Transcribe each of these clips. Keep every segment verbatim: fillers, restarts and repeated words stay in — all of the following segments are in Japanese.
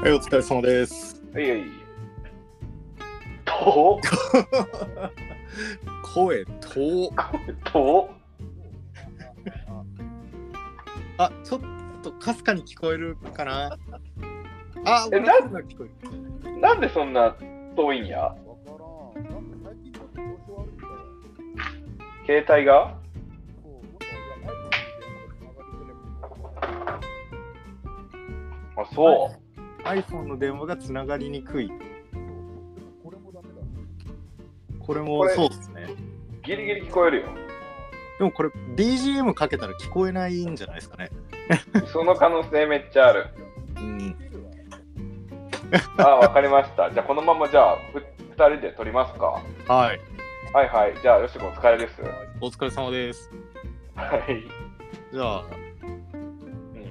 はい、お疲れ様です。 いやいやと声ととあ、ちょっとかすかに聞こえるかな。あ、 え、 俺なんの聞こえる。 なんでそんな遠いんや。携帯があ、そう。 iPhone の電話がつながりにくい。これもダメだ。これもこれそうですね。 ギリギリ聞こえるよ。 でもこれ ビージーエム かけたら聞こえないんじゃないですかね。 その可能性めっちゃある。 うん。 あ、わかりました。じゃあこのままじゃあふふたりで撮りますか。 はい。 はいはい。じゃあよしこお疲れです。 お疲れ様です。 はい。 じゃあ、 うん、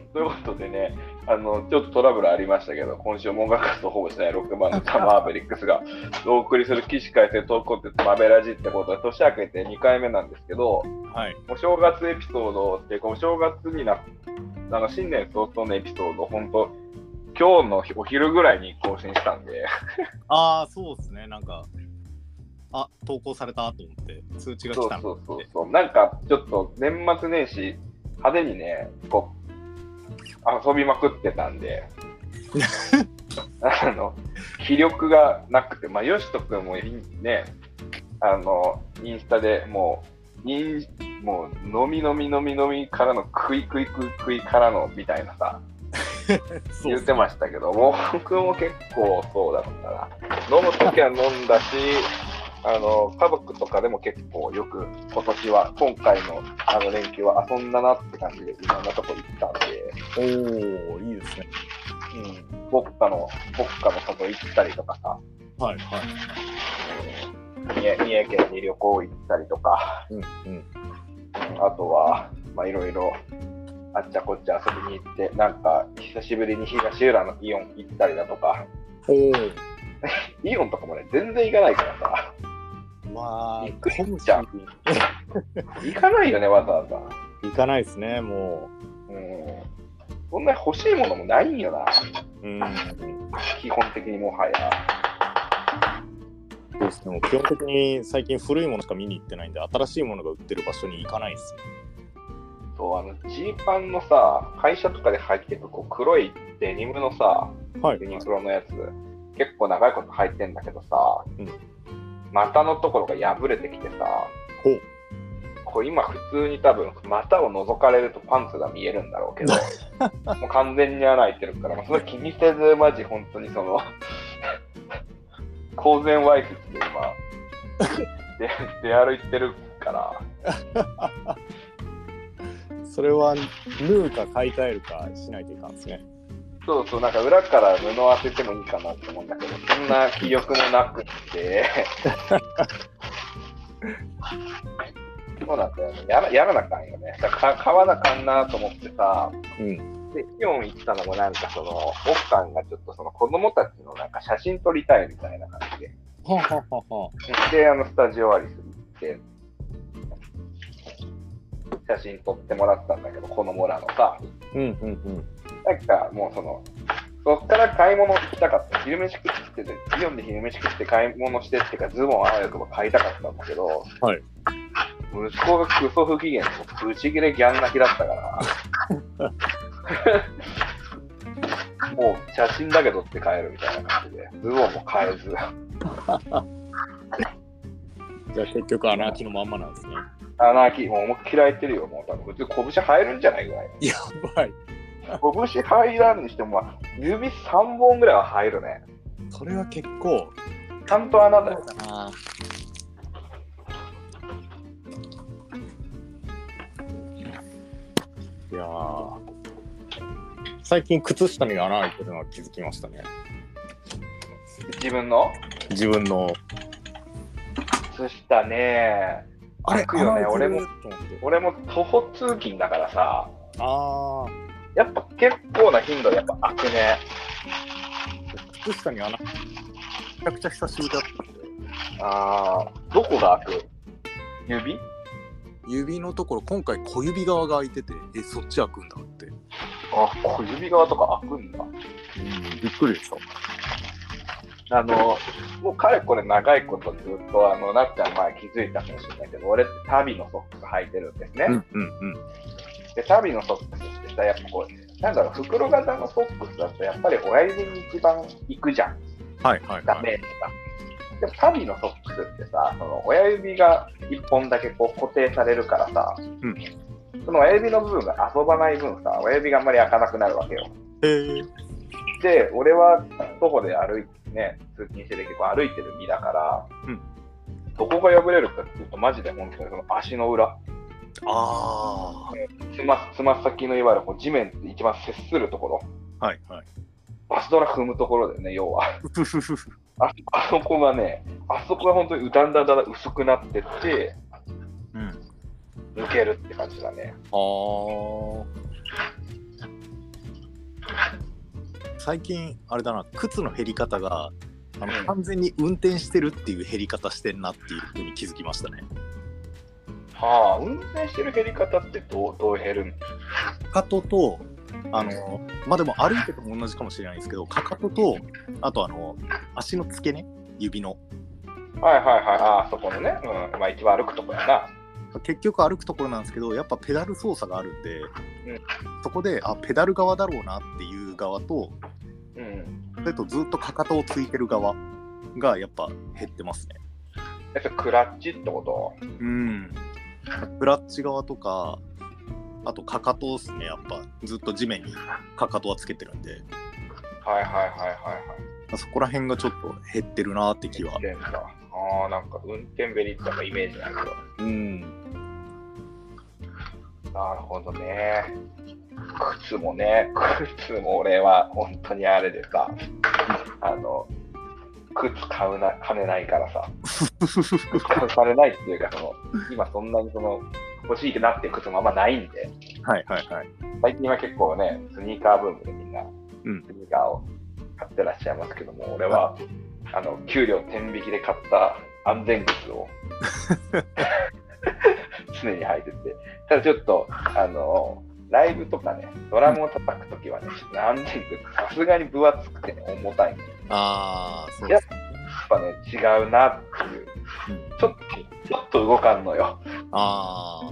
ということでね、あのちょっとトラブルありましたけど、今週も音楽活動ほぼしないロックバンドザ・マーベリックスがお送りする起死回生トークコンテンツマーベラジってことで年明けてにかいめなんですけど、 はい。 お正月エピソードっていうか、お正月になあの新年早々のエピソード、本当今日のお昼ぐらいに更新したんでああ、そうですね。なんか、あ、投稿されたと思って通知が来たので。 そうそうそうそう、なんかちょっと年末年始派手にね、こう遊びまくってたんであの気力がなくて、まあよしとくんもね、あのインスタでもうインもう飲み飲み飲み飲みからの食い食い食い食いからのみたいなさ言ってましたけども、僕も結構そうだったな。飲むときは飲んだし、あの家族とかでも結構よく今年は今回のあの連休は遊んだなって感じでいろんなとこ行ったんで。 おー、いいですね。 うん、僕かの僕かの外行ったりとかさ、 はいはい。 三重、三重県に旅行行ったりとか、 うんうん。 あとはまあいろいろあっちゃこっちゃ遊びに行って、なんか久しぶりに東浦のイオン行ったりだとか。 おー。 イオンとかもね全然行かないからさ。 まあ、 行くじゃん。行かないよね、わざわざ。 行かないですね、もう。うん。そんな欲しいものもないんよな。 う。うん。 基本的にもはや。 そうですね、基本的に最近古いものしか見に行ってないんで、新しいものが売ってる場所に行かないですね。 そう、あの、ジーパンのさ、会社とかで入ってるこう黒いデニムのさ、 はい、 ユニクロのやつ、結構長いこと履いてんだけどさ、 うん、 股のところが破れてきてさ、 ほう。 こう今普通に多分股を覗かれるとパンツが見えるんだろうけどもう完全に穴開いてるから、まあ、それ気にせずマジ本当にその公然わいせつで今で出歩いてるからそれは縫うか買い替えるかしないといかんですね。 そうそう、なんか裏から布当ててもいいかなって思うんだけど、そんな気力もなくってそうなんだよね。やら、やらなあかんよね。だから買わなあかんなと思ってさ、 うん、 で、イオン行ったのもなんかその、奥さんがちょっとその子供たちのなんか写真撮りたいみたいな感じで。 はははは。 で、あの、スタジオアリスに行って、写真撮ってもらったんだけど、子供らのさ、 うんうんうん。 なんかもうその、そっから買い物行きたかった。昼飯食ってて、イオンで昼飯食って買い物してっていうか、ズボンあわよくば買いたかったんだけど、 はい。 息子がクソ不機嫌で、ブチギレギャン泣きだったからもう写真だけ撮って帰るみたいな感じで、ズボンも変えずじゃあ結局穴開きのまんまなんですね。 穴開き、もう思いっきり開いてるよ。もう多分普通拳入るんじゃないぐらい。 やばい。 拳入らんにしても、まあ、指さんぼんぐらいは入るね。 それは結構ちゃんと穴だよ。 な。いやー、最近靴下に穴開いてるのは気づきましたね。 自分の自分の靴下ね、 あれ開くよね。俺も俺も徒歩通勤だからさ、 あやっぱ結構な頻度でやっぱ開くね。 靴下に穴めちゃくちゃ久しぶりだったんで。 あー、どこが開く？指？ 指のところ、今回小指側が開いてて、え、そっち開くんだって。 あ、小指側とか開くんだ。 うん、 びっくりでした。 あの、もうかれこれ長いことずっと、あの、なっちゃん前気づいたかもしれないけど、俺ってタビのソックス履いてるんですね。 うんうんうん。 で、タビのソックスってさ、やっぱこう、なんだろう、袋型のソックスだと、やっぱり親指に一番行くじゃん。 はいはいはい。 ダメージが。でもタビのソックスってさ、その親指が一本だけこう固定されるからさ、うん、その親指の部分が遊ばない分さ、親指があんまり開かなくなるわけよ。 へー。 で、俺は徒歩で歩いてね、通勤してて結構歩いてる身だから、うん、どこが破れるかっていうと、マジで本当にその足の裏。 あつま、つま先のいわゆるこう地面って一番接するところ。 はいはい。 バスドラ踏むところでね、要は。あ, あそこがね、あそこが本当にだんだんだんだん薄くなってって、うん、抜けるって感じだね。 ああ。最近あれだな、靴の減り方があの、うん、完全に運転してるっていう減り方してんなっていうふうに気づきましたね。 はあ、運転してる減り方ってどうどう減るの？ かかととあのまあでも歩いてても同じかもしれないですけど、かかととあとあの足の付け根、指の。 はいはいはい、ああそこのね、うん、まあ一番歩くとこやな。 結局歩くところなんですけど、やっぱペダル操作があるんで、うん、そこであペダル側だろうなっていう側と、うん、それとずっとかかとをついてる側がやっぱ減ってますね。 え、それクラッチってこと？ うん。クラッチ側とか、あとかかとですね、やっぱずっと地面にかかとはつけてるんで。 はいはいはいはいはい。 そこら辺がちょっと減ってるなって気は。 ああ、なんか運転ベリってイメージないけど。うん。なるほどね。靴もね、靴も俺は本当にあれでさ、あの、靴買うな、金ないからさ、靴買う金ないっていうか、その、今そんなにその、欲しいってなってる靴もあんまないんで、 はいはいはい。 最近は結構ね、スニーカーブームでみんな、うん、スニーカーを買ってらっしゃいますけども、俺は、はい、あの、給料天引きで買った安全靴を常に履いてて、ただちょっと、あの、ライブとかね、ドラムを叩くときはね、安全靴、さすがに分厚くてね、重たい。 ああ、そうですね。 やっぱね、違うなっていう、うん、ちょっと、ちょっと動かんのよ。ああ。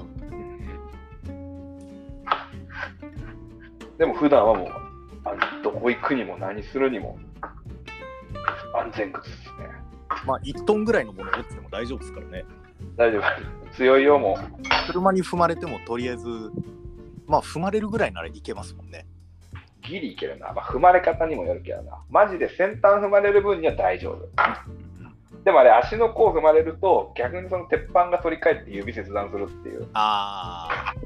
でも普段はもう、あのどこ行くにも何するにも、安全靴ですね。 まあ、いちトンぐらいのものを持ってても大丈夫ですからね。 大丈夫。強いよ、もう。車に踏まれても、とりあえず、まあ、踏まれるぐらいならいけますもんね。 ギリいけるな。まあ、踏まれ方にもよるけどな。マジで先端踏まれる分には大丈夫。でもあれ、足の甲踏まれると、逆にその鉄板が取り替えて指切断するっていう。ああ。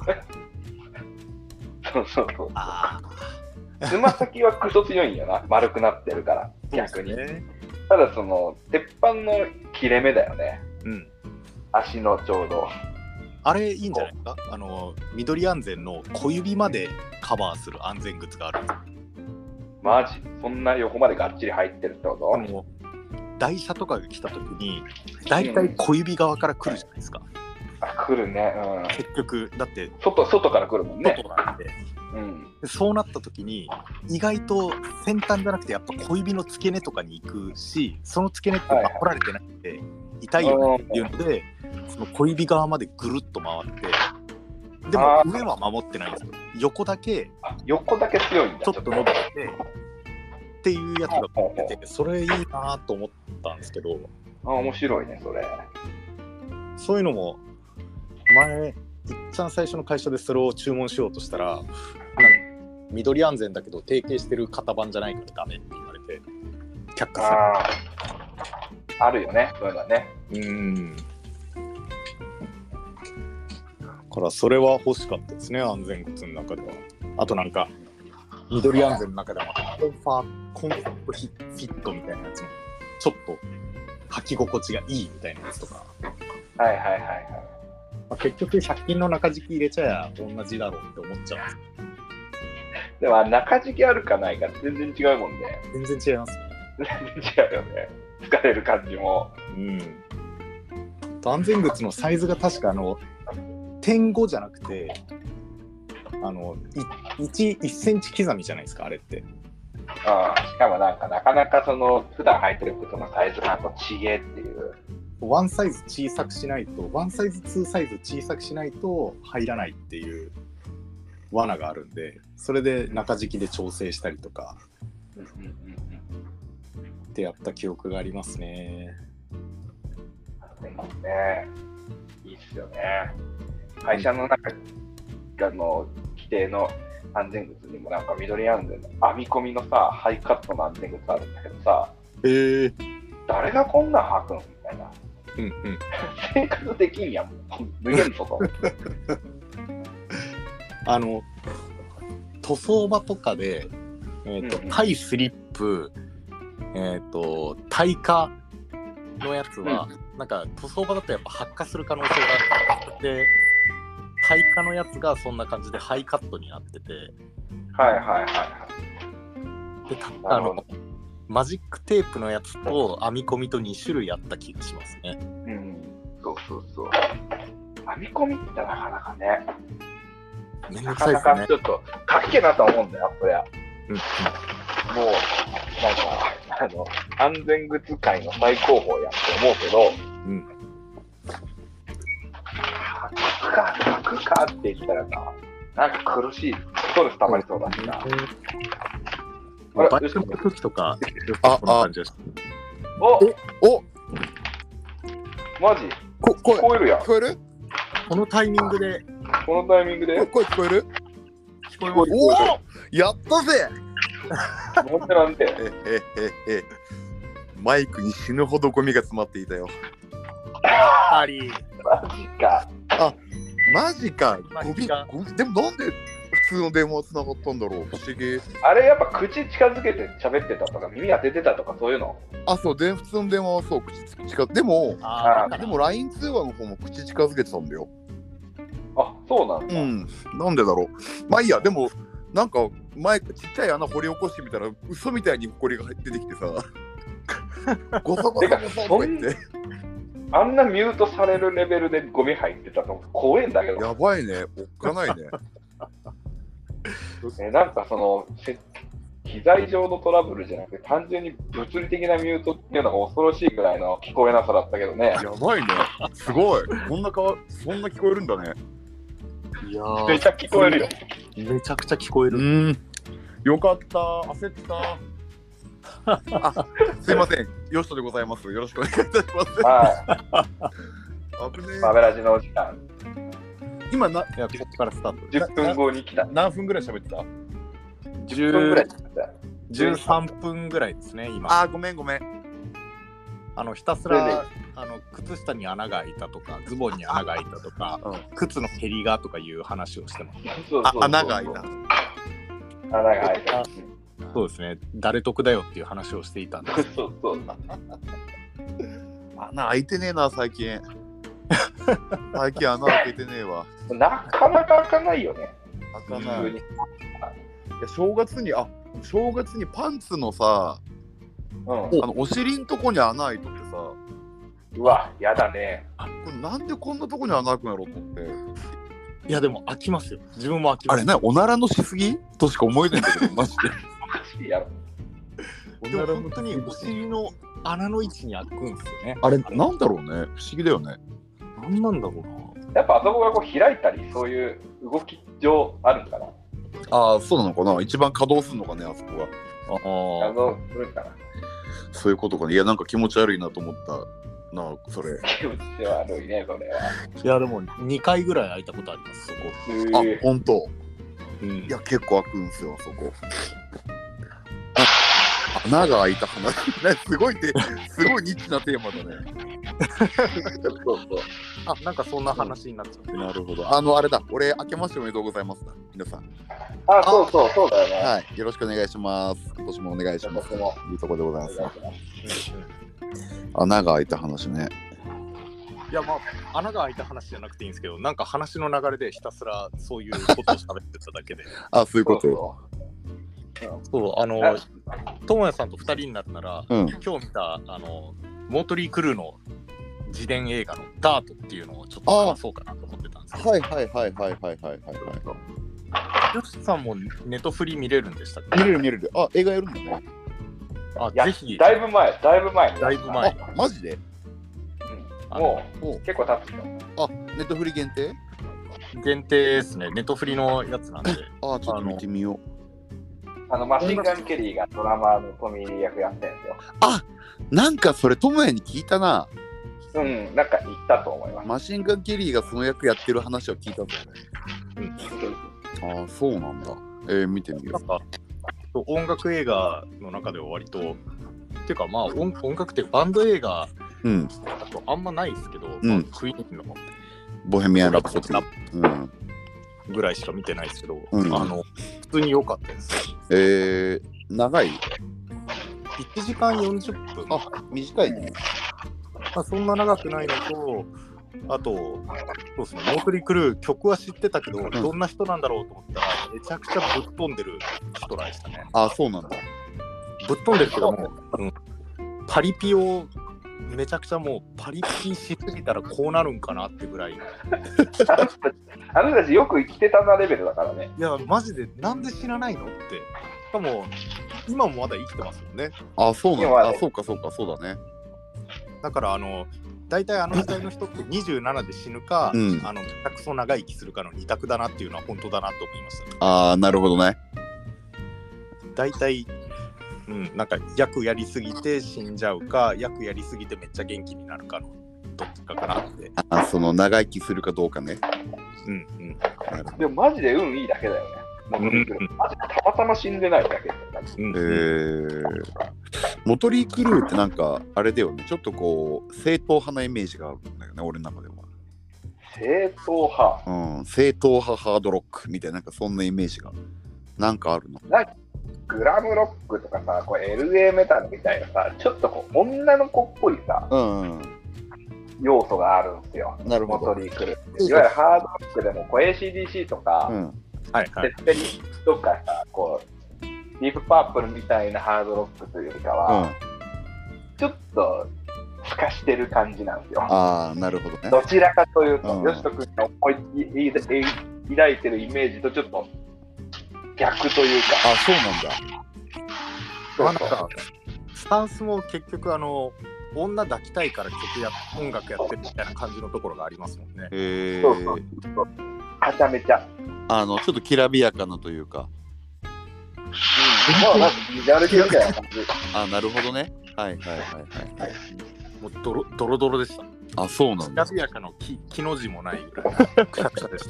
そうそうそう。つま先はクソ強いんやな。丸くなってるから、逆に。ね、ただ、その、鉄板の切れ目だよね。うん。足のちょうど。 あれいいんじゃないですか？あの緑安全の小指までカバーする安全靴があるんです。 マジ？そんな横までがっちり入ってるってこと？ あの台車とかが来た時にだいたい小指側から来るじゃないですか。 うん、あ、来るね、うん。 結局だって外外から来るもんね。 外なんで、うん、でそうなった時に意外と先端じゃなくてやっぱ小指の付け根とかに行くし、その付け根って守られてなくて痛いよねっていうので。その小指側までぐるっと回って、でも上は守ってないんですよ。横だけ横だけ強いんだ。 ちょっと伸びてっていうやつが出て、それいいなと思ったんですけど。 あ、面白いねそれ。 そういうのも前いっちゃん最初の会社でそれを注文しようとしたら、なん緑安全だけど提携してる型番じゃないからダメって言われて却下された。あるよね、そういうのはね。 うん。からそれは欲しかったですね、安全靴の中では。あとなんか緑安全の中ではコンファコンファクトフィットみたいなやつもちょっと履き心地がいいみたいなやつとか。 はいはいはいはい。 まあ、結局ひゃく均の中敷き入れちゃえば同じだろうって思っちゃうんです。 でも中敷きあるかないか全然違うもんね。 全然違います。 全然違うよね。疲れる感じも。 うん。安全靴のサイズが確かあの点ごじゃなくて、あのいち、いちセンチ刻みじゃないですか、あれって。 ああ、しかもなんかなかなかその普段履いてる靴のサイズ感とちげえっていう。 ワンサイズ小さくしないと、ワンサイズツーサイズ小さくしないと入らないっていう罠があるんで、それで中敷きで調整したりとかってやった記憶がありますね。 でもね、いいっすよね。会社の中の規定の安全靴にもなんか緑安全の編み込みのさ、ハイカットの安全靴あるんだけどさ、 えー、 誰がこんなん履くんみたいな。 うんうん、 生活できんやん、脱げんぞと。 あの塗装場とかで、えーとうんうん、タイスリップ、えーと、耐火のやつは、うん、なんか塗装場だとやっぱ発火する可能性があって耐火のやつがそんな感じでハイカットになってて、 はいはいはいはい。 であのマジックテープのやつと編み込みとに種類あった気がしますね。 うん、そうそうそう。編み込みってなかなかね、 めんどくさいですね。 なかなかちょっとかっけえなと思うんだよ、そりゃ。 うん、 もう、なんか、あの、安全靴界の最高峰やって思うけど、うん。書くか、書くかって言ったらさ、なんか苦しい、ストレス溜まりそうだしな。 バイクの時とか、 あ、あ、 おおマジこ聞こえるやん。 聞こえる？ このタイミングで。 このタイミングで声聞こえる？ 聞こえます。 おおやったぜなんてなんて。 ええええマイクに死ぬほどゴミが詰まっていたよ。 やっぱり。 マジか。 あ、マジか。 ゴミゴミでもなんで普通の電話つながったんだろう。不思議。 あれやっぱ口近づけて喋ってたとか耳当ててたとかそういうの？ あ、そうで普通の電話はそう口近でもあでも ライン 通話の方も口近づけてたんだよ。 あ、そうなんだ。 うん。なんでだろう。まあいいや。でもなんか前ちっちゃい穴掘り起こしてみたら嘘みたいに埃が出てきてさ。ゴソゴソゴソとか言って。 あんなミュートされるレベルでゴミ入ってたの怖いんだけど。 やばいね。おっかないね。 えなんかその機材上のトラブルじゃなくて単純に物理的なミュートっていうのが恐ろしいぐらいの聞こえなさだったけどね。 やばいね。すごい。こんなかわそんな聞こえるんだね。 いやめちゃ聞こえるよ。 めちゃくちゃ聞こえる。 うん。よかった。焦った。あ、すいません。よしとでございます。よろしくお願いいたします。 はい。 危ねえ。 バベラジのお時間。 今な、 いや、こっちからスタート。 じゅっぷんごに来た。 何分ぐらい喋ってた？ じゅっぷんぐらい。 じゅうさんぷんぐらいですね、今。 あー、ごめんごめん。 あの、ひたすら、あの、靴下に穴が開いたとか、ズボンに穴が開いたとか、うん、靴の減りがとかいう話をしてます。 穴が開いた。 穴が開いた。 そうですね、誰得だよっていう話をしていたんです。 そうそう。 穴開いてねえな、最近。最近穴開けてねえわ。 なかなか開かないよね。 開かない。いや正月に、あ、正月にパンツのさ、うん、あのお尻んとこに穴開いとってさ。 うわ、やだね。 これなんでこんなとこに穴開くんやろうと思って。 いやでも開きますよ。自分も開きます。 あれね、おならのしすぎとしか思えないんだけど、マジで。 おかしいやろ。 でも本当にお尻の穴の位置に開くんですよね。 あれなんだろうね、不思議だよね。 なんなんだろうな。 やっぱあそこがこう開いたり、そういう動き上あるんかな。 ああ、そうなのかな。一番稼働するのかね、あそこは。 ああ、稼働するんかな。 そういうことかね。いや、なんか気持ち悪いなと思ったな、それ。 気持ち悪いね、それは。 いや、でもにかいぐらい開いたことあります、そこ。 あ、ほんと。 うん、 いや、結構開くんすよ、そこ。穴が開いた話。すごいて、すごいニッチなテーマだね。 そうそう。 あ、なんかそんな話になっちゃって、 うん。なるほど。あの、あれだ、俺、明けましておめでとうございますだ、皆さん。 あ、そうそう、そうだよね。 はい、よろしくお願いします。今年もお願いします。いいとこでございます。穴が開いた話ね。 いや、まあ、穴が開いた話じゃなくていいんですけど、なんか話の流れでひたすらそういうことを喋ってただけで。 あ、そういうことよ。 そう、あの、ともやさんとふたりになるなら、うん、今日見た、あの、モートリー・クルーの自伝映画のダートっていうのをちょっと話そうかなと思ってたんですけど。 はいはいはいはいはいはいはい。 よしさんもネトフリ見れるんでしたっけ？ 見れる見れる。あ、映画やるんだね。 あ、 いやぜひ。 だいぶ前、だいぶ前に。 だいぶ前。 あ、マジで？ うん、もおう結構経つよ。 あ、ネットフリ限定？ 限定ですね。ネトフリのやつなんで。 あ、ちょっと見てみよう。 あのマシンガン・ケリーがドラマのトミー役やってるんですよ。 あ、なんかそれ智也に聞いたな。 うん、なんか言ったと思います。 マシンガン・ケリーがその役やってる話を聞いたぞ。 うん、 ああ、そうなんだ。えー、見てみよなんか音楽映画の中では割と、っていうかまあ 音, 音楽っていうかバンド映画う。うん。 だとあんまないですけど、 うんまあ、クイーンのボヘミアン・ラプソディ。うん。 ぐらいしか見てないですけど、 うん、 あの普通に良かったです。 えー、長い？ いちじかんよんじゅっぷん。 あ、短いね。 まあ、そんな長くないのと、あと、そうですね、モートリー・クルー、曲は知ってたけど、うん、どんな人なんだろうと思ったら、めちゃくちゃぶっ飛んでる人らでしたね。 あ、そうなんだ。 ぶっ飛んでるけども、うん、パリピをめちゃくちゃもうパリピしすぎたらこうなるんかなってぐらい。 あの人たちよく生きてたなレベルだからね。 いや、マジでなんで知らないのって。しかも、今もまだ生きてますもんね。 あ、そうなんだ。あ、そうかそうか、そうだね。 だからあの大体あの時代の人ってにじゅうななで死ぬか、うん、あの下手くそ長生きするかの二択だなっていうのは本当だなと思いました、ね。ああ、なるほどね。 大体、うん、なんか役やりすぎて死んじゃうか、役やりすぎてめっちゃ元気になるかのどっちかかなって。 あ、その長生きするかどうかね。 うんうん。 でもマジで運いいだけだよね。モトリー・クルー、マジでたまたま死んでないだけだったり、 うん、えー、モトリー・クルーってなんかあれだよね、ちょっとこう正統派なイメージがあるんだよね、俺の中では。 正統派、 うん、正統派ハードロックみたいな、なんかそんなイメージがなんかあるの。 なんかグラムロックとかさ、これ エルエー メタルみたいなさ、ちょっとこう女の子っぽいさ、うんうん、要素があるんですよ。 なるほど。 モトリー・クルーって。いわゆるハードロックでもこう エーシーディーシー とか、うん、はいはい、テッペリとかさ、こうディープパープルみたいなハードロックというよりかは、うん、ちょっと透かしてる感じなんですよ。 ああ、なるほどね。 どちらかというと、うん、よしとくんが思い抱いてるイメージとちょっと逆というか。 あ、そうなんだ。 そうなんかスタンスも結局あの女抱きたいから曲や音楽やってるみたいな感じのところがありますもんね。 へえ。 そうそうそう。はちゃめちゃ。 あのちょっときらびやかなというか。 うん。もうなんかビジュアル系みたいな感じ。 あ、なるほどね。はいはいはいはい、はい。 もうドロドロドロでした。 あ、そうなんだ。 きらびやかの木木の字もないぐらいくしゃくしゃでした。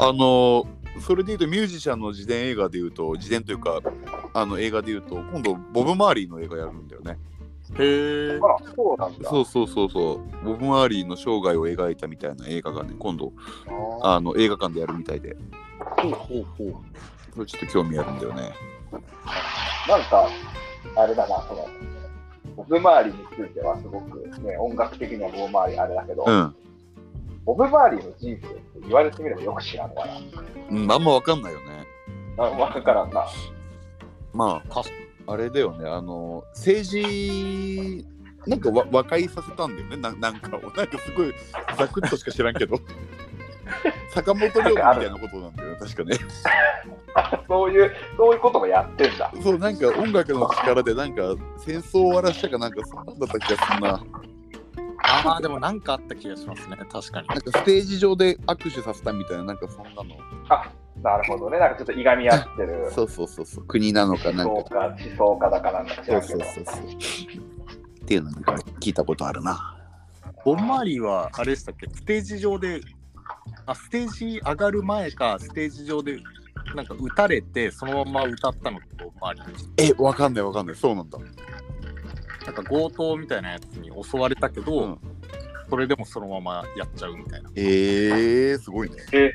あのそれでいうとミュージシャンの自伝映画でいうと自伝というかあの映画でいうと今度ボブ・マーリーの映画やるんだよね。 へえ。 あ、そうなんだ。 そうそうそうそう。ボブ・マーリーの生涯を描いたみたいな映画がね今度あの映画館でやるみたいで。 ほうほうほう。 これちょっと興味あるんだよね。 なんかあれだな、そのボブ・マーリーについてはすごくね音楽的にはボブ・マーリーあれだけど。うん、ボブ・マーリーの人生って言われてみればよく知らんわな。 うん、あんま分かんないよね。 あ、分からんな。 まあ、あれだよね、あの、政治、なんかわ和解させたんだよね、な, なんか、なんかすごいざくっとしか知らんけど、坂本龍馬みたいなことなんだよね、確かね。 そういう、そういうこともやってんだ。 そう、なんか音楽の力で、なんか戦争を終わらしたかなんか、そんなんだった気がするな。 ああ、でもなんかあった気がしますね、確かに。 なんかステージ上で握手させたみたいな、なんかそんなの。 あ、なるほどね、なんかちょっといがみ合ってる。 そうそうそうそう、国なのかなんか。 思想か、思想家だかなんか知らんけど。 そうそうそうそう。っていうのなんか聞いたことあるな。 ボンマーリーはあれでしたっけ、ステージ上で、あ、ステージ上がる前か、ステージ上でなんか撃たれて、そのまま歌ったのってボンマーリーでした。 え、わかんないわかんない、そうなんだ。 なんか強盗みたいなやつに襲われたけど、うん、それでもそのままやっちゃうみたいな。 えー、すごいね。え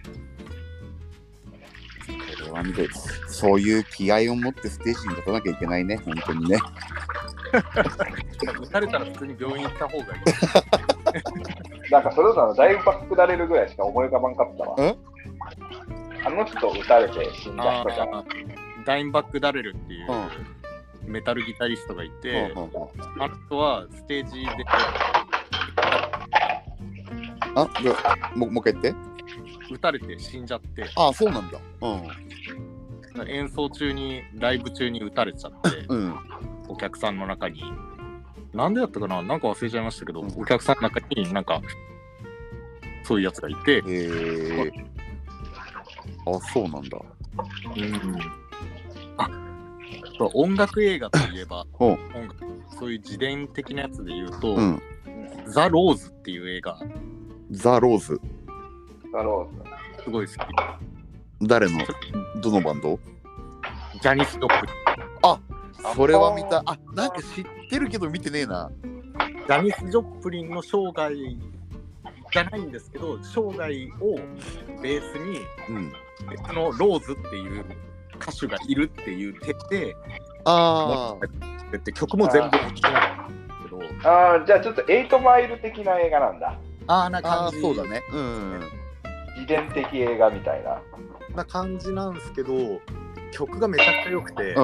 これは見て、そういう気合を持ってステージに立たなきゃいけないね、本当にね。 撃たれたら普通に病院行った方がいい。なんかそれぞれだいぶバックられるぐらいしか思い浮かばんかったわ。あの人撃たれて死んだ人じゃん。 ダインバック・ダレルっていう、うん、メタルギタリストがいて、うんうんうん、あの人はステージであ、もう、もう一回言って。 撃たれて死んじゃって、 ああ、そうなんだ。 うん、演奏中にライブ中に撃たれちゃって、 うん、 お客さんの中になんでだったかな、なんか忘れちゃいましたけど、うん、お客さんの中になんかそういうやつがいて、へえ。あ、そうなんだ。 うん。あ、音楽映画といえば、音楽そういう自伝的なやつで言うと、うん、ザ・ローズっていう映画。 ザ・ローズ。 ザ・ローズ。すごい好き。 誰のどのバンド？ ジャニス・ジョプリン。 あ、それは見た。あ、なんか知ってるけど見てねえな。 ジャニス・ジョプリンの生涯じゃないんですけど、生涯をベースに、うん、あのローズっていう歌手がいるっていう手で、 ああって曲も全部聞きなけど、 ああ、じゃあちょっとエイトマイル的な映画なんだ。 ああ、な感じ。 そうだね。うん。 自伝的映画みたいな。 な感じなんですけど、曲がめちゃくちゃ良くて、うん、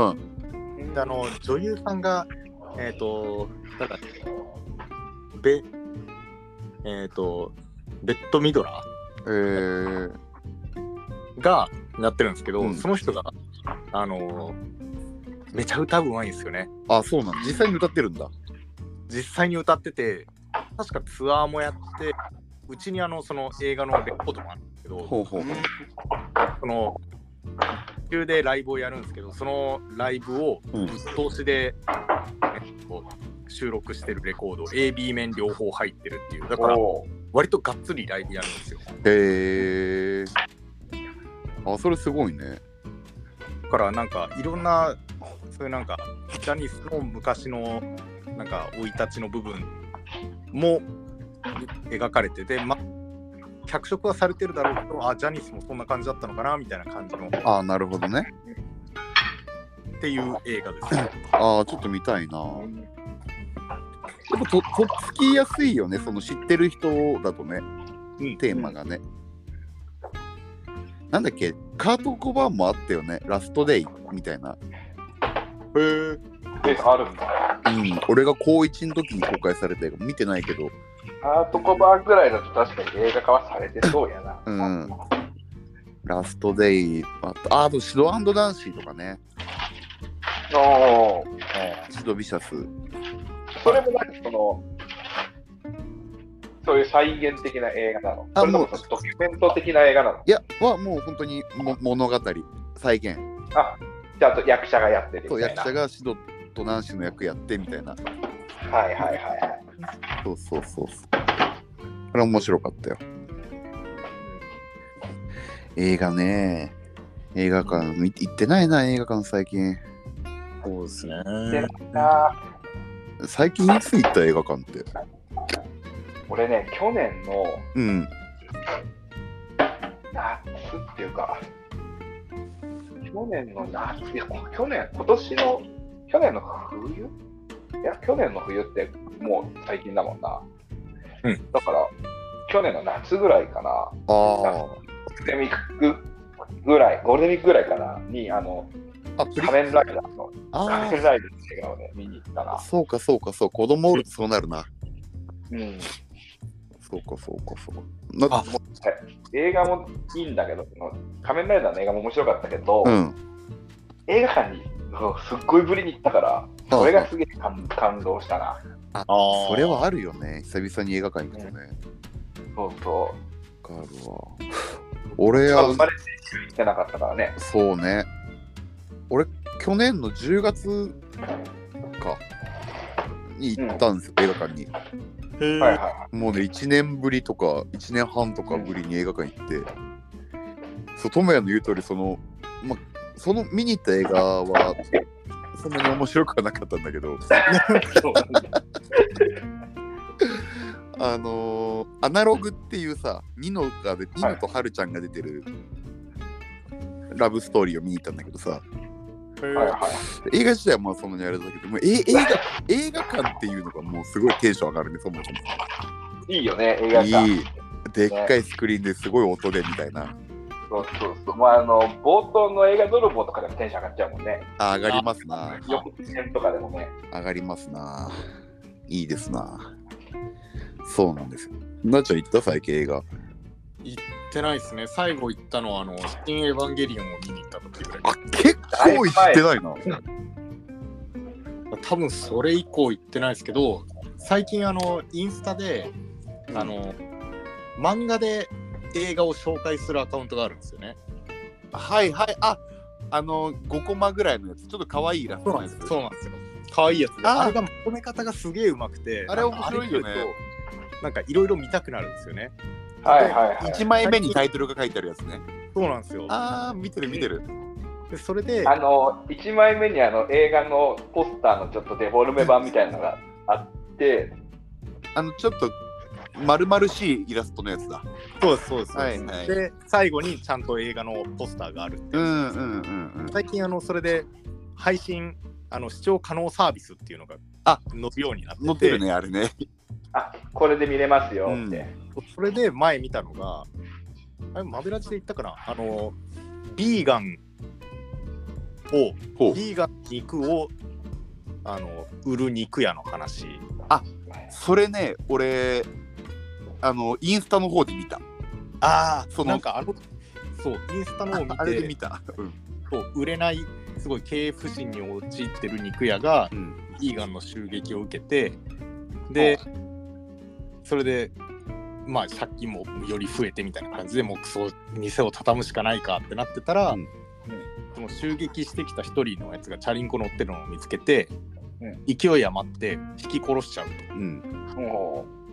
であの女優さんがえっ、ー、となんかベえっ、ー、とベッドミドラー、えー、がなってるんですけど、うん、その人があのめちゃ歌うまいんですよね。 あ、そうなんだ。実際に歌ってるんだ。 実際に歌ってて、確かツアーもやって、うちにあのその映画のレコードもあるんですけど、ほうほうほう、その途中でライブをやるんですけど、そのライブをぶっ通しで、うん、えっと、収録してるレコード エービー 面両方入ってるっていう、だから割とがっつりライブやるんですよ。 へえー、あ、それすごいね。 だからなんかいろんなそういうなんかジャニスの昔のなんか生い立ちの部分も描かれてて、ま、脚色はされてるだろうけど、あ、ジャニスもそんな感じだったのかなみたいな感じの。 あ、なるほどね。 っていう映画です。 ああ、ちょっと見たいな。やっぱととっつきやすいよね、その知ってる人だとね、うん、テーマがね、うん。なんだっけ、カート・コバーンもあったよね、ラストデイみたいな。 へー、え、あるんだ。 うん、俺が高いちの時に公開された映画見てないけど。 カート・コバーンぐらいだと確かに映画化はされてそうやな。 うん。ラストデイ、あと、あとシド&ダンシーとかね。 おー、 シド・ビシャス。 それもなんかその、そういう再現的な映画なの？あ、それともドキュメント的な映画なの？ いや、はもう本当にも物語、再現。あ、 じゃあ、あと役者がやってるみたいな。 そう、役者がシドとナンシーの役やってみたいな。 はいはいはいはい。 そうそうそう。これ面白かったよ。映画ね。映画館行ってないな、映画館最近。 そうですね。 最近いつ行った映画館って？ 俺ね、去年の、 うん、 夏っていうか、去年の夏、いや、去年、今年の、去年の冬？いや、去年の冬ってもう最近だもんな。うん。だから、去年の夏ぐらいかな。ああ。ゴールデンウィークぐらい、ゴールデンウィークぐらいかな、に、あの、あ仮面ライダーの、仮面ライダーの映画をね、見に行ったな。 そうか、そうか、そう、子供おるとそうなるな。 うん。 そうか、そうか、そう。 あ、映画もいいんだけど、仮面ライダーの映画も面白かったけど、うん、映画館にすっごいぶりに行ったから、それがすげえ感, 感動したな。 あ、それはあるよね、久々に映画館行くとね。ね、 そうそう。 わかるわ。俺は生まれて行ってなかったからね。 そうね。俺、去年のじゅうがつかに行ったんですよ、うん、映画館に。 はいはい、 もうね、いちねんぶりとかいちねんはんとかぶりに映画館行って、うん、そう智也の言う通り、その、ま、その見に行った映画はそんなに面白くはなかったんだけどあのー、アナログっていうさ、ニノがでニノとハルちゃんが出てるラブストーリーを見に行ったんだけどさ、 はいはい、 映画自体はまあそんなにあれだけど、もう映画映画館っていうのがもうすごいテンション上がるね、そもそも。 いいよね、映画館。 いい。でっかいスクリーンですごい音でみたいな。 そうそうそう。まあ、あの冒頭の映画泥棒とかでもテンション上がっちゃうもんね。 あ、上がりますな。 予告編とかでもね。 上がりますな。いいですな。そうなんですよ。なっちゃん行った最近映画？ 行っってないですね。最後行ったのはあの新エヴァンゲリオンを見に行った時ぐらい。 あ、結構行ってないな。 多分それ以降行ってないですけど、最近あのインスタであの漫画で映画を紹介するアカウントがあるんですよね。 はいはい。あ、あのごコマぐらいのやつ、ちょっと可愛いイラストのやつ。 そうなんですよ。可愛いやつで、 ああれがまとめ方がすげえうまくて、 あれ面白いよね。 なんかいろいろ見たくなるんですよね。 はいはいはい。 いちまいめにタイトルが書いてあるやつね。 そうなんですよ。 ああ、見てる見てる。 でそれであのいちまいめにあの映画のポスターのちょっとデフォルメ版みたいなのがあって、 あのちょっと丸々しいイラストのやつだ。 そうですそうです。 はいはい、 で最後にちゃんと映画のポスターがあるっていう。 うんうんうんうん。 最近あのそれで配信あの視聴可能サービスっていうのがあ載るようになってて、 載ってるねあれね。 あ、これで見れますよって。うん、 それで前見たのが、あれマベラジで言ったかな、あのビーガンをビーガン肉をあの売る肉屋の話。 あ、それね、俺あのインスタの方で見た。 ああ、そのなんかあのそうインスタのを見て、 あれで見た。うん、 そう売れないすごい経営不振に陥ってる肉屋が、うん、ビーガンの襲撃を受けて、でそれでまあ借金もより増えてみたいな感じでもうクソ店を畳むしかないかってなってたら、うん、その襲撃してきた一人のやつがチャリンコ乗ってるのを見つけて、うん、勢い余って引き殺しちゃうと、うん、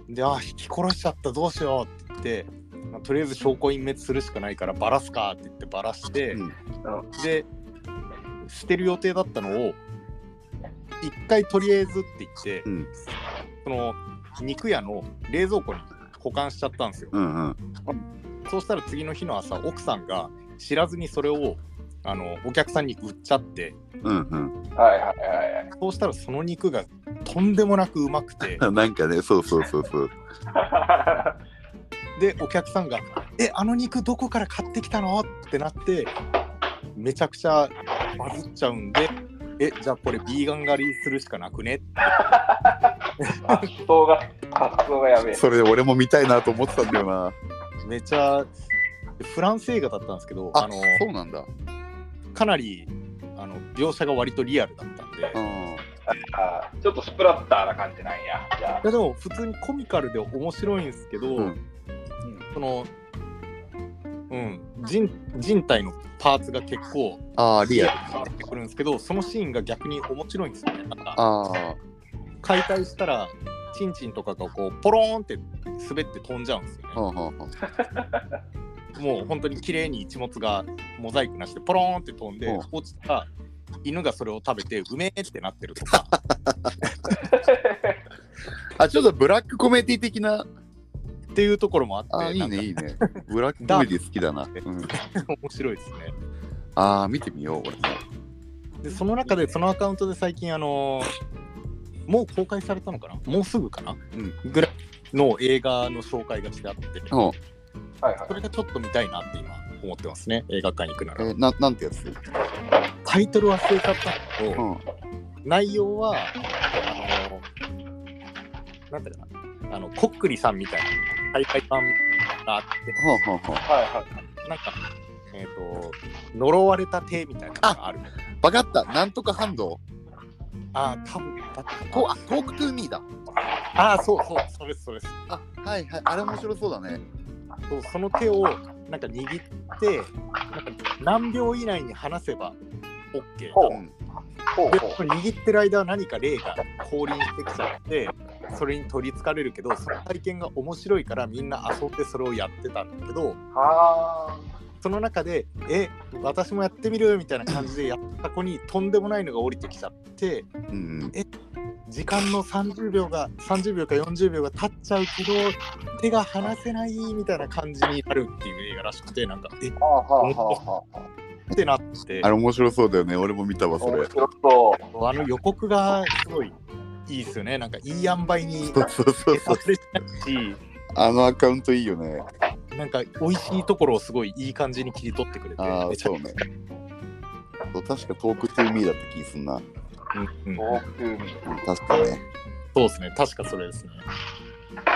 であ引き殺しちゃったどうしようって言って、まあ、とりあえず証拠隠滅するしかないからバラすかって言ってバラして、うん、で捨てる予定だったのを一回とりあえずって言って、うん、その肉屋の冷蔵庫に保管しちゃったんですよ、うんうん、そうしたら次の日の朝奥さんが知らずにそれをあのお客さんに売っちゃって、うんうん、はいはいはい、そうしたらその肉がとんでもなくうまくてなんかねそうそうそうそうでお客さんがえあの肉どこから買ってきたのってなってめちゃくちゃバズっちゃうんで、えじゃあこれビーガン狩りするしかなくねって発想が発想がやべえ。 それ俺も見たいなと思ってたんだよな。 めちゃフランス映画だったんですけど、 ああのそうなんだ。 かなりあの描写が割とリアルだったんで、 あちょっとスプラッターな感じなんや。 じゃあいやでも普通にコミカルで面白いんですけど、うん、そのうん、人, 人体のパーツが結構あリアルに出てくるんですけど、そのシーンが逆に面白いんですよね。なんかあ解体したらチンチンとかがこうポローンって滑って飛んじゃうんですよね。はあはあ、もう本当に綺麗に一物がモザイクなしでポローンって飛んで、はあ、落ちたら犬がそれを食べてうめえってなってるとかあちょっとブラックコメディ的なっていうところもあって、 あいいねいいね。ブラックコメディ好きだな。うん、 面白いですね。 ああ見てみよう俺。 でその中でそのアカウントで最近あのー、もう公開されたのかな、もうすぐかな、うん、ぐらいの映画の紹介がしてあって、うん、それがちょっと見たいなって今思ってますね。映画館に行くなら。 えー、な, なんてやつ？ タイトル忘れちゃったけど、うん、内容はあのー、なんていうかな、あのコックリさんみたいな大会版があって、はあはあはいはい、なんか、えーと、呪われた手みたいなのがある。 わかった、なんとかハンド。 ああ、多分だったかな。 トークトゥーミーだ。 ああ、そうそう、それそれです。 あ、はいはい、あれ面白そうだね。 そうその手をなんか握ってなんか何秒以内に離せば OK だ、うん、で握ってる間は何か霊が降臨してきちゃってそれに取りつかれるけど、その体験が面白いからみんな遊んでそれをやってたんだけど、はその中でえ私もやってみるみたいな感じでやった子にとんでもないのが降りてきちゃって、うん、え時間のさんじゅうびょうがさんじゅうびょうかよんじゅうびょうが経っちゃうけど手が離せないみたいな感じになるっていう映画らしくて、なんかえっ、はあはあはあ、ってなって、 あれ面白そうだよね。俺も見たわそれ。 あの予告がすごいいいですよね。なんかいい塩梅にそうそうそうそうしあのアカウントいいよね。 なんか美味しいところをすごいいい感じに切り取ってくれて、 あそうね。そう確かトークトゥーミーだった気すんな。 うんうん、 トークトゥーミー、 確かね。 そうですね。確かそれですね。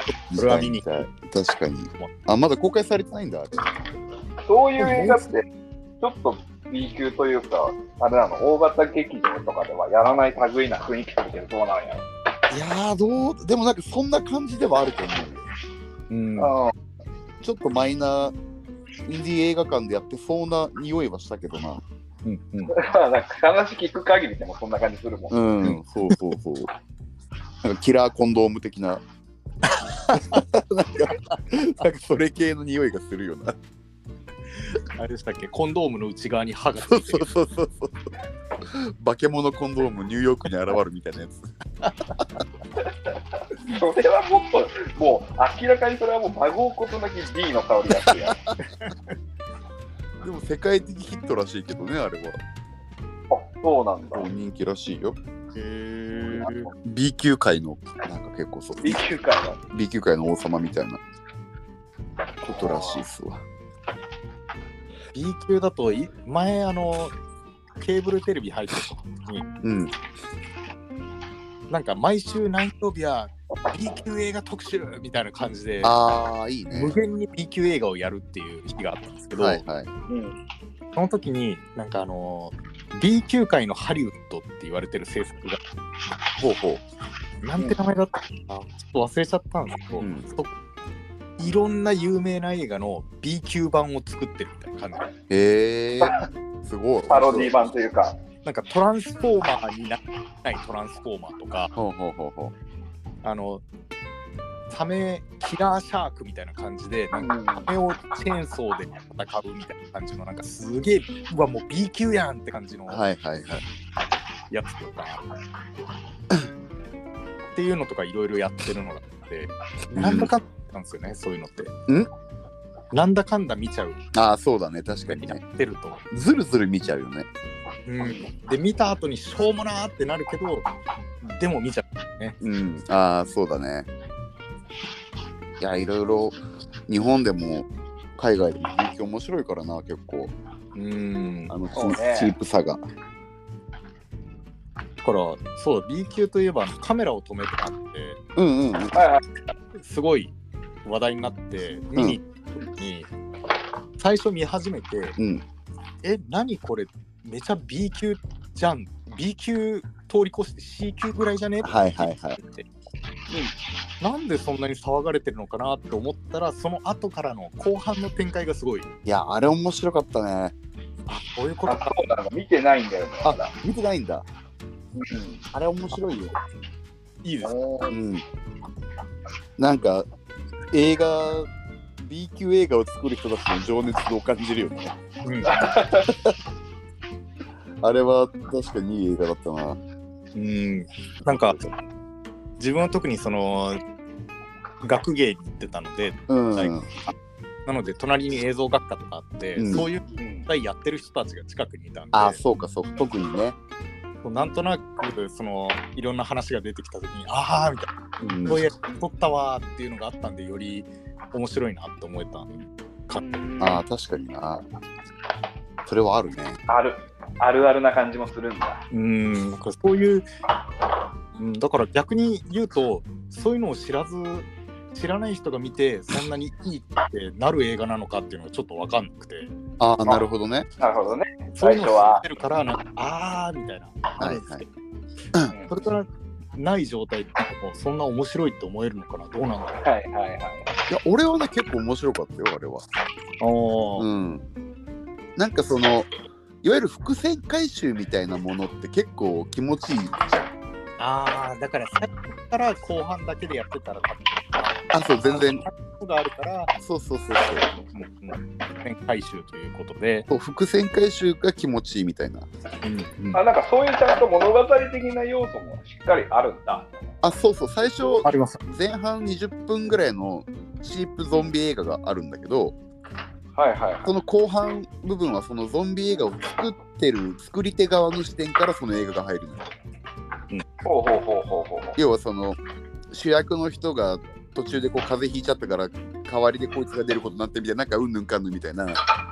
それは見に行きたい。確かに。あ、まだ公開されてないんだ。 そういう映画ってちょっと B 級というか、あれなの、大型劇場とかではやらない類な雰囲気するけどどうなんやろ。 いやー、どうでもなんかそんな感じではあると思う。うん。 あちょっとマイナーインディー映画館でやってそうな匂いはしたけどな。 うんうん。 なんか話聞く限りでもそんな感じするもん。 うん、そうそうそう。なんかキラーコンドーム的な。なんか、なんかそれ系の匂いがするよな。 あれでしたっけ、コンドームの内側に歯がついてる。 そうそうそうそう。化け物コンドームニューヨークに現るみたいなやつ。 それはもっと、もう明らかにそれはもう孫うことなき B の香りがするやん。 でも世界的ヒットらしいけどね、あれは。 あ、そうなんだ。 人気らしいよ。 へー。 B 級界の、なんか結構そう。 B 級界の。 B 級界の王様みたいなことらしいっすわ。 B 級だとい前あのケーブルテレビ入ってた時に、 うん、 なんか毎週何曜日は B 級映画特集みたいな感じで、 ああいいね。 無限に B 級映画をやるっていう日があったんですけど、 はいはい。 うん、 その時になんかあの B 級界のハリウッドって言われてる制作が、 ほうほなんて名前だったかな、ちょっと忘れちゃったんですけど、 うん、 そいろんな有名な映画の B 級版を作ってるみたいな感じ。 へえー、すごい。 パロディ版というか。 なんかトランスフォーマーになないトランスフォーマーとか、 ほうほうほうほう。 あのサメキラーシャークみたいな感じで、なんかサメをチェーンソーで戦うみたいな感じの、なんかすげえ、うわもう B 級やんって感じのはいはいはい。 やつとか、っていうのとかいろいろやってるのがあって、なんだかんだなんですよね、そういうのって。 んなんだかんだ見ちゃう。 ああ、そうだね、確かにやね。 ってると。 ずるずる見ちゃうよね。 うん、で、見た後にしょうもなーってなるけど、でも見ちゃうね。 うん、ああ、そうだね。いや、いろいろ日本でも海外でも人気面白いからな、結構。 うん。 あのチ,、 ね、 チープさが。 だから、そう、B 級といえばカメラを止めてあって、 うんうんうん。 はいはい。 すごい話題になって見に行った時に、うん、最初見始めて、 うん、 え、何これめちゃ B 級じゃん、 B 級通り越して C 級ぐらいじゃねってはいはいはい、 うん、なんでそんなに騒がれてるのかなって思ったら、その後からの後半の展開がすごい。 いや、あれ面白かったね。 あ、こういうことか。 あ、そうなんだ、見てないんだよね。 あ、見てないんだ。 うん、 あれ面白いよ。 いいです。 うん。なんか映画 B 級映画を作る人たちの情熱を感じるよね。うん、あれは確かにいい映画だったな。 うん。なんか自分は特にその学芸に行ってたので、 うん、 なので隣に映像学科とかあって、うん、そういう題やってる人たちが近くにいたんで、 あ、そうかそう、特にね。 なんとなくそのいろんな話が出てきた時に、ああみたいな、うん、そういう撮ったわーっていうのがあったんで、より面白いなって思えたか。 ああ、確かにな。それはあるね。 あるあるあるな感じもするんだ。 うん、そういう、うん、だから逆に言うと、そういうのを知らず知らない人が見てそんなにいいってなる映画なのかっていうのがちょっと分かんなくて。 ああ、なるほどね。 なるほどね。 そういうのを知ってるから、なんかあーみたいな、 はいはい、 それからない状態ってもそんな面白いって思えるのかな、どうなんだろう。 はいはいはい。いや、俺はね、結構面白かったよ、あれは。 あ、 うん、なんかそのいわゆる伏線回収みたいなものって結構気持ちいいじゃん。 ああ、だから最初から後半だけでやってたら、 あ、そう、全然があるから、 そうそうそうそう、 伏線回収ということで、 そう、伏線回収が気持ちいいみたいな、 うんうん、あ、なんかそういうちゃんと物語的な要素もしっかりあるんだ。 あ、そうそう、最初あります。 前半にじゅっぷんぐらいのチープゾンビ映画があるんだけど、 はいはいはい、 その後半部分はそのゾンビ映画を作ってる作り手側の視点からその映画が入るの。 うん、ほうほうほうほうほう。 要はその主役の人が途中でこう風邪ひいちゃったから代わりでこいつが出ることになってみたいな、なんかうんぬんかんぬんみたいな、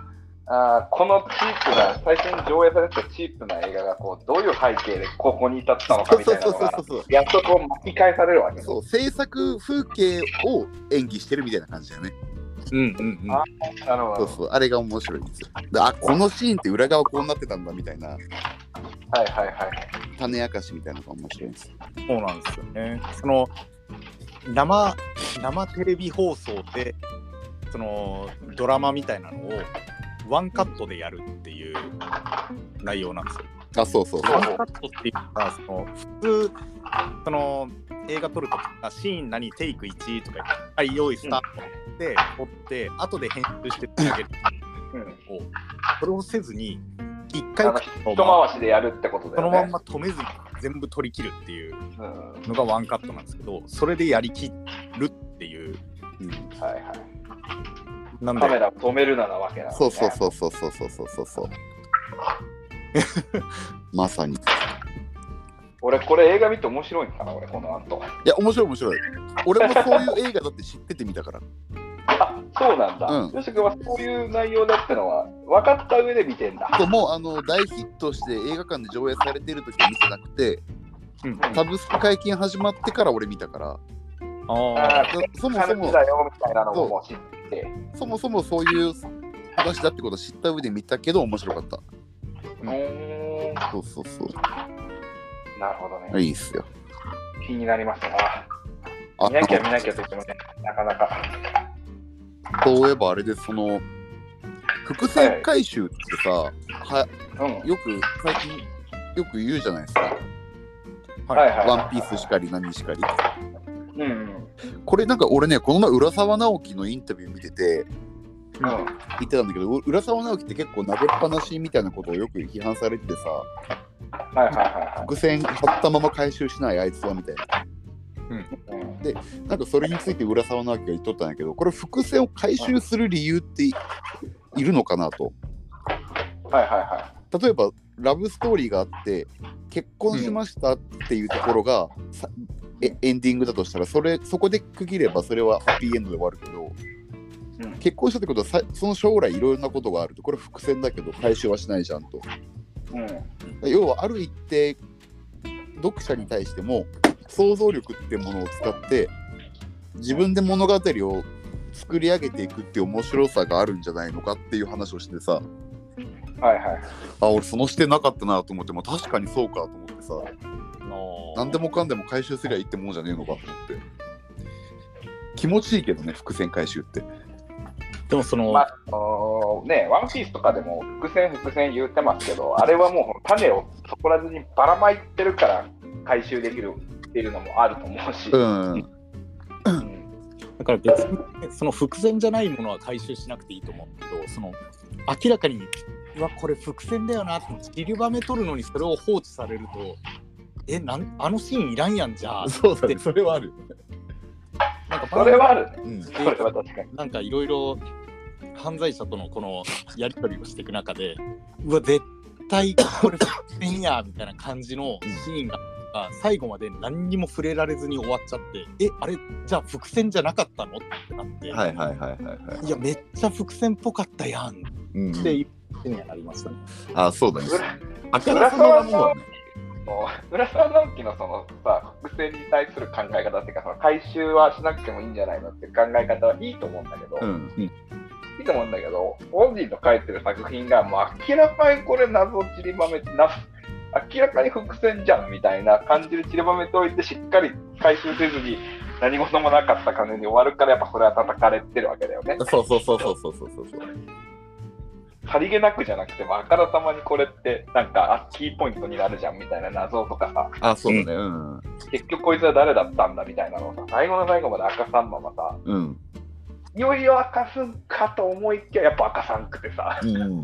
あこのチープな、最初に上映されてたチープな映画がこうどういう背景でここに至ったのかみたいなのがやっとこう巻き返されるわけ。 そう、制作風景を演技してるみたいな感じだよね。 うんうんうん。 あ、なるほど。 そうそう、あれが面白いんですよ。で、あ、このシーンって裏側こうなってたんだみたいな、 はいはいはい。 種明かしみたいなのが面白いんですよ。 そうなんですよね。その生生テレビ放送でそのドラマみたいなのをワンカットでやるっていう内容なんですよ。 あ、そうそうそう。 ワンカットっていうか、その普通その映画撮るときシーン何テイクいちとかはい用意スタートで撮って後で編集してつなげる、うん、それをせずに一回一回しでやるってことだよね。 そのまんま止めずに全部撮り切るっていうのがワンカットなんですけど、それでやりきるっていう、 うん、はいはい。 なんでカメラを止めるななわけなんですね。 そうそうそうそうそうそうそうそうまさに。 俺これ映画見て面白いんかな、俺この後。 いや面白い面白い。俺もそういう映画だって知っててみたから。 あ、そうなんだ。 うん、 よし君はそういう内容だってのは分かった上で見てんだ。 そう、もうあの大ヒットして映画館で上映されてる時は見てなくて、うん、サブスク解禁始まってから俺見たから。 ああ、そもそもだよみたいなのももう知って、 そもそもそういう話だってことを知った上で見たけど面白かった。 うん、 そうそうそう。 なるほどね。 いいっすよ。 気になりますな。見なきゃ見なきゃと言ってもね、なかなか。 そういえばあれでその伏線回収ってさ、はいはうん、よく最近よく言うじゃないですか。はいはいはい、ワンピースしかり何しかり。うんうん、これなんか俺ねこの前浦沢直樹のインタビュー見てて、うん、言ってたんだけど、浦沢直樹って結構投げっぱなしみたいなことをよく批判されててさ、はいはいはい、伏線張ったまま回収しないあいつはみたいな。うん、でなんかそれについて浦沢直樹が言っとったんやけど、これ伏線を回収する理由っているのかなと。はいはいはい。例えばラブストーリーがあって結婚しましたっていうところが、うん、えエンディングだとしたら、それそこで区切ればそれはハッピーエンドで終わるけど、うん、結婚したってことはさその将来いろいろなことがあると、これ伏線だけど回収はしないじゃんと。うん、要はある一定読者に対しても想像力ってものを使って自分で物語を作り上げていくっていう面白さがあるんじゃないのかっていう話をしてさ、はいはい、あ俺その視点なかったなと思って、も確かにそうかと思ってさ、何でもかんでも回収すりゃいいってもんじゃねえのかと思って。気持ちいいけどね伏線回収って。 でもその、 まああのー、ねワンピースとかでも伏線伏線言ってますけど、あれはもう種をそこらずにばらまいてるから回収できるっていうのもあると思うし、うんうん、 だから別にその伏線じゃないものは回収しなくていいと思うけど、その明らかにうわこれ伏線だよなって散りばめ取るのにそれを放置されると、えなんあのシーンいらんやんじゃあ。 そうだね、それはある。 なんかそれはある、うん、それは確かに。 なんかいろいろ犯罪者とのこのやり取りをしていく中で、うわ絶対これ伏線やみたいな感じのシーンが最後まで何にも触れられずに終わっちゃって、えあれじゃあ伏線じゃなかったのってなって、 はいはいはいはいはい、 いやめっちゃ伏線っぽかったやんっていう手にはなりましたね。 あそうだね。あからさまなものはね。 浦沢直樹のそのさ伏線に対する考え方っていうか、その回収はしなくてもいいんじゃないのっていう考え方はいいと思うんだけど、うん、いいと思うんだけど、本人の書いてる作品がもう明らかにこれ謎を散りばめてな明らかに伏線じゃんみたいな感じで散りばめておいて、しっかり回収せずに何事もなかったかのように終わるから、やっぱそれは叩かれてるわけだよね。 そうそうそうそうそうそうそう。 さりげなくじゃなくてもあからさまにこれってなんかキーポイントになるじゃんみたいな謎とかさ。 あ、そうだね。うん。 結局こいつは誰だったんだみたいなのをさ、最後の最後まで明かさんままさ、うん、いよいよ明かすんかと思いきややっぱ明かさんくてさ、うん、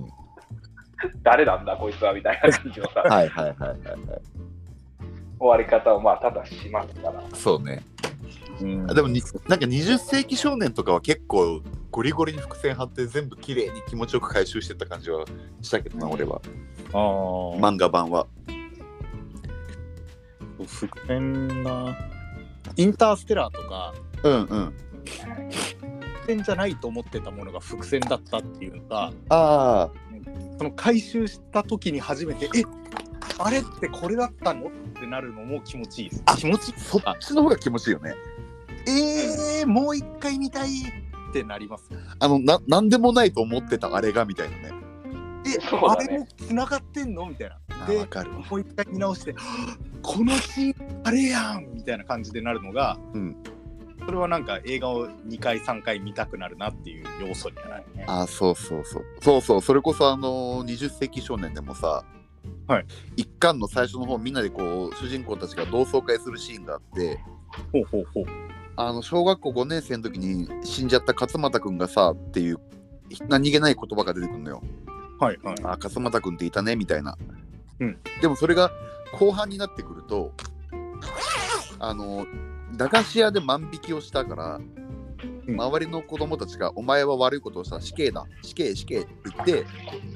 誰なんだこいつはみたいな感じのさ、 はいはいはいはいはい、 終わり方をまあただしますから。 そうね。うん、でもになんかにじゅっ世紀少年とかは結構ゴリゴリに伏線張って全部綺麗に気持ちよく回収してた感じはしたけどな、俺は。あ漫画版は伏線な。インターステラーとか、 うんうん、 線じゃないと思ってたものが伏線だったっていうのが、 あその回収した時に初めてえあれってこれだったのってなるのも気持ちいいです。気持ちいい。 そっちの方が気持ちいいよね。 えー、もう一回見たいってなります。 あのななんでもないと思ってたあれがみたいなね。 え、 そうだねあれも繋がってんのみたいな。 あでわかるわ。 もう一回見直してはぁこのシーンあれやんみたいな感じでなるのが、 うん、 それはなんか映画をにかいさんかい見たくなるなっていう要素になるね。 あそうそうそうそうそうそれこそあのー、はたち少年でもさ、 はい、 一巻の最初の方みんなでこう主人公たちが同窓会するシーンがあって、 ほうほうほう。 あの小学校ごねん生の時に死んじゃった勝俣くんがさっていう何気ない言葉が出てくるのよ。 はいはい。 あ勝俣くんっていたねみたいな、 うん、 でもそれが後半になってくるとあの駄菓子屋で万引きをしたから、うん、周りの子供たちがお前は悪いことをしたら死刑だ死刑死刑って言って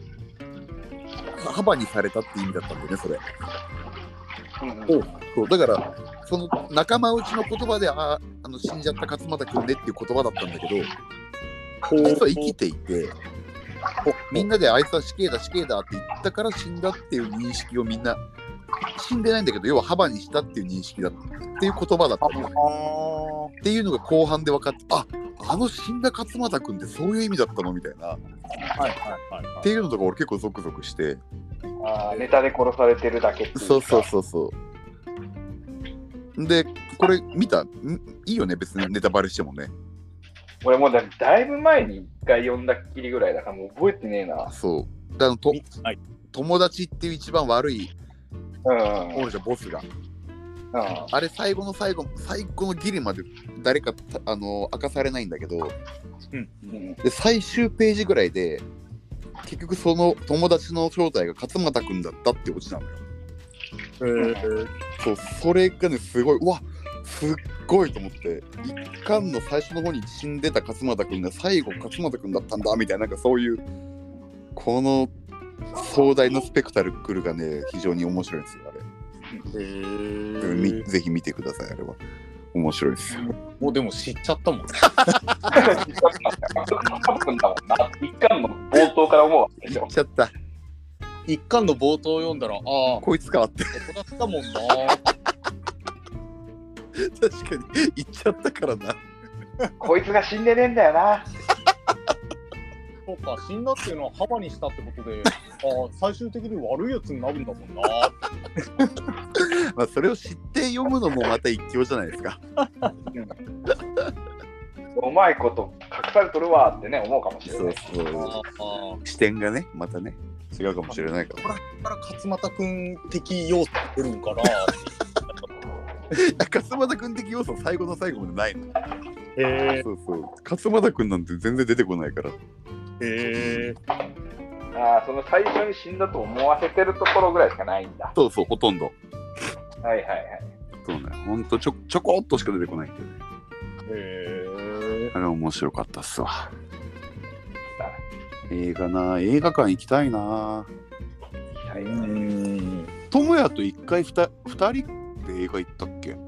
幅にされたって意味だったんだよねそれ、うん、そうだからその仲間内の言葉で あ, あの死んじゃった勝俣くんねっていう言葉だったんだけどあいつは生きていてみんなであいつは死刑だ死刑だって言ったから死んだっていう認識をみんな死んでないんだけど要は幅にしたっていう認識だっていう言葉だったのっていうのが後半で分かってああの死んだ勝俣くんってそういう意味だったのみたいな、はいはいはいはい、 っていうのとか俺結構ゾクゾクしてあネタで殺されてるだけっていうかそうそうそうそうでこれ見たいいよね別にネタバレしてもね俺もう だ, だいぶ前にいっかい読んだっきりぐらいだからもう覚えてねえなそうだと、はい、友達っていう一番悪いおるじゃんボスが、うん、あれ最後の最後最後のギリまで誰かあの明かされないんだけど、うんうん、で最終ページぐらいで結局その友達の正体が勝俣くんだったってオチなのよ。へーそうそれがねすごいうわすっごいと思って一巻の最初の方に死んでた勝俣くんが最後勝俣くんだったんだみたいななんかそういうこの壮大なスペクタクルがね非常に面白いんですよあれ。へーぜひ見てくださいあれは面白いですよ。 もうでも知っちゃったもん。知っちゃったんだもんな。一巻の冒頭から思うわけでしょ。 知っちゃった。 一巻の冒頭読んだらああこいつかって。 ここだったもんな。 確かに言っちゃったからな。 こいつが死んでねえんだよな。 そうか死んだっていうのは幅にしたってことで、あ最終的に悪いやつになるんだもんな。 まあそれを知って読むのもまた一興じゃないですか。 うまいこと隠されとるわってね思うかもしれない。 そうそう視点がねまたね違うかもしれないから。 これから勝俣くん的要素出るんかな。 勝俣くん的要素最後の最後までないの。 へえ。 そうそう勝俣くんなんて全然出てこないから。 へえ。 ああその最初に死んだと思わせてるところぐらいしかないんだ。 そうそうほとんど。 はいはいはい。 そうねほんとちょちょこっとしか出てこないんでね。 へえ。 あれ面白かったっすわ。映画な映画館行きたいな。 行きたいね。 智也と一回ふた二人で映画行ったっけ？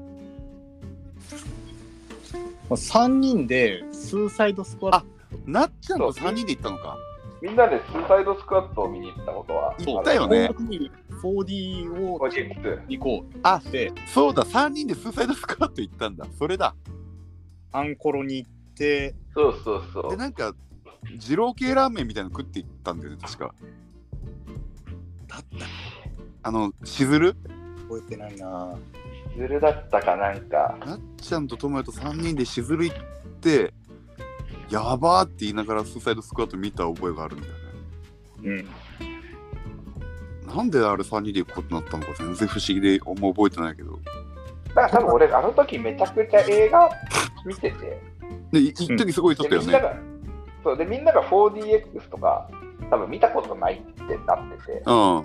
さんにんでスーサイドスクワット。 なっちゃんとさんにんで行ったのか。 みんなでスーサイドスクワットを見に行ったことは行ったよね。 フォーディー を行こう。 あでそうださんにんでスーサイドスクワット行ったんだ。それだ。 アンコロに行ってそうそうそうでなんか二郎系ラーメンみたいなの食って行ったんだよね確か。だったあのしずる覚えてないな。 しずるだったかなんかなっちゃんとともやとさんにんでしずる行ってやばーって言いながらスーサイドスクワット見た覚えがあるんだよね。うんなんであれさんにんで行くことになったのか全然不思議でもう覚えてないけどだから多分俺あの時めちゃくちゃ映画見ててで一時すごい撮ったよね、うん、 そうでみんなが フォーディーエックス とか多分見たことないってなってて、 うん、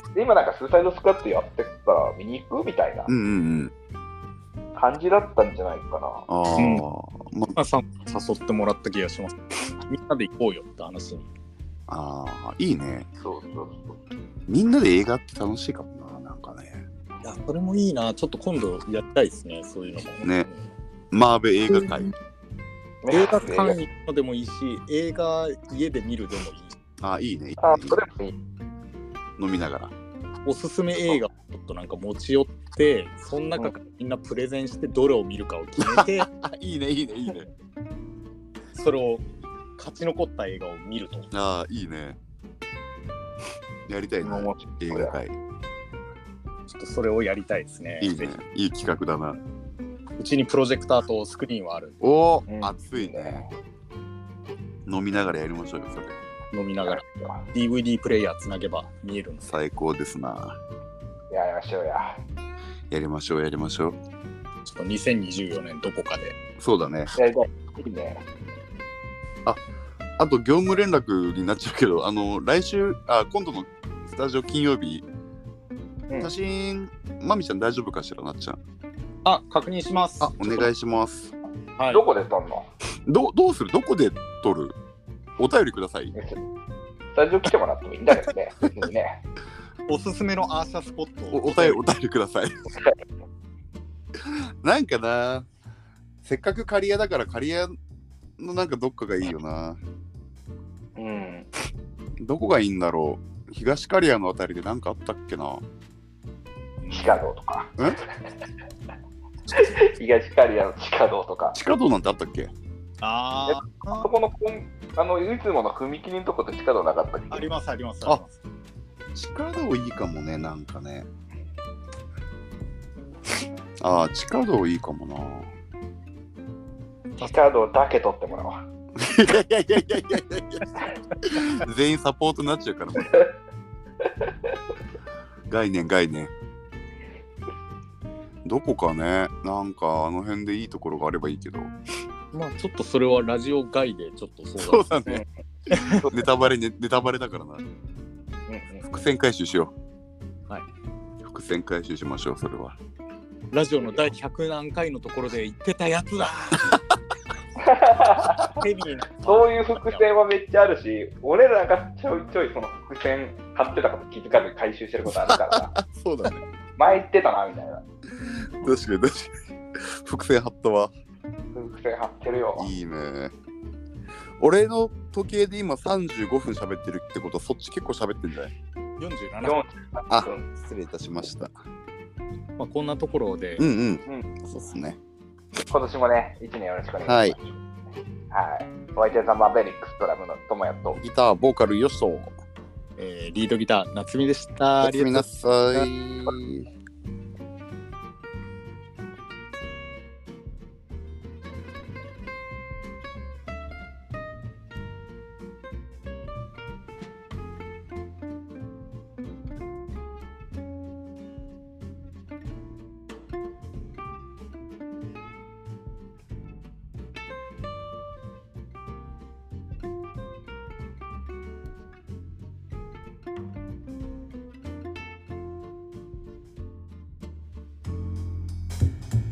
で今なんかスーサイドスクワットやってったら見に行くみたいな感じだったんじゃないかな。 ああ、うん、 まあさん誘ってもらった気がします。みんなで行こうよって話に。 ああいいね。 そうそうそう。 みんなで映画って楽しいかもななんかね。 いやそれもいいなちょっと今度やりたいですねそういうのもね。マーベ映画界。 う映画館行くのでもいいし、映画家で見るでもいい。 あ、いいね。 あ、それもいい。 飲みながら。 おすすめ映画をちょっとなんか持ち寄って、その中からみんなプレゼンしてどれを見るかを決めて、 いいね、いいね、いいね。 それを勝ち残った映画を見ると。 ああ、いいね。やりたいね、映画会。 ちょっとそれをやりたいですね。 いいね、いい企画だな。 うちにプロジェクターとスクリーンはある。 おお、 うん熱いね。飲みながらやりましょうよ、それ。 飲みながら ディーブイディー プレイヤーつなげば見えるんです。 最高ですな。 やりましょうや。 やりましょう、やりましょう。 ちょっとにせんにじゅうよねんどこかで。 そうだね。 やりたい。いいね。 あと業務連絡になっちゃうけど、あの来週あ今度のスタジオ金曜日、 うん写真まみちゃん大丈夫かしら、なっちゃん。 あ、確認します。 あ、お願いします。 はい、 どこで撮んの？ どどうする？どこで撮る？お便りください。 スタジオ来てもらってもいいんだけどね。別にね。 おすすめのアーシャスポットをおお便りお便りください。なんかな、せっかく刈谷だから刈谷のなんかどっかがいいよな。 うん。 どこがいいんだろう。東刈谷のあたりでなんかあったっけな。 地下道とか。 ん東刈谷の地下道とか。 地下道なんてあったっけ？ ああそこのコンあのいつもの踏切のとこで地下道なかったっけ？ あ、ありますありますああります。 地下道いいかもね、なんかね。ああ、地下道いいかもな。 地下道だけ取ってもらおう。 いやいやいやいやいやいや全員サポートになっちゃうから。概念概念。どこかね、なんかあの辺でいいところがあればいいけど。 まあちょっとそれはラジオ外でちょっとそう相談だね。ネタバレね、ネタバレだからな。 うんうん伏線回収しよう。 はい。 伏線回収しましょう、それは。 ラジオの第ひゃく何回のところで言ってたやつだ。ヘビーなそういう伏線はめっちゃあるし、俺らがちょいちょいその伏線張ってたこと気づかず回収してることあるからな。 あ、そうだね。 前言ってたなみたいな。 確かに確かに。伏線張ったわ。 伏線張ってるよ。 いいね。俺の時計で今さんじゅうごふん喋ってるってことは、そっち結構喋ってんじゃない？ よんじゅうなな。 よんあ、失礼いたしました。 まあこんなところで、 うんうん。 うん、 そうっすね。 今年もね、いちねんよろしくお願いします。はい。はい。お相手はザ・マーベリックスドラムのともやと。 ギター、ボーカル、よしと。 えーリードギター夏美でした。 おやすみなさい。 ありがとう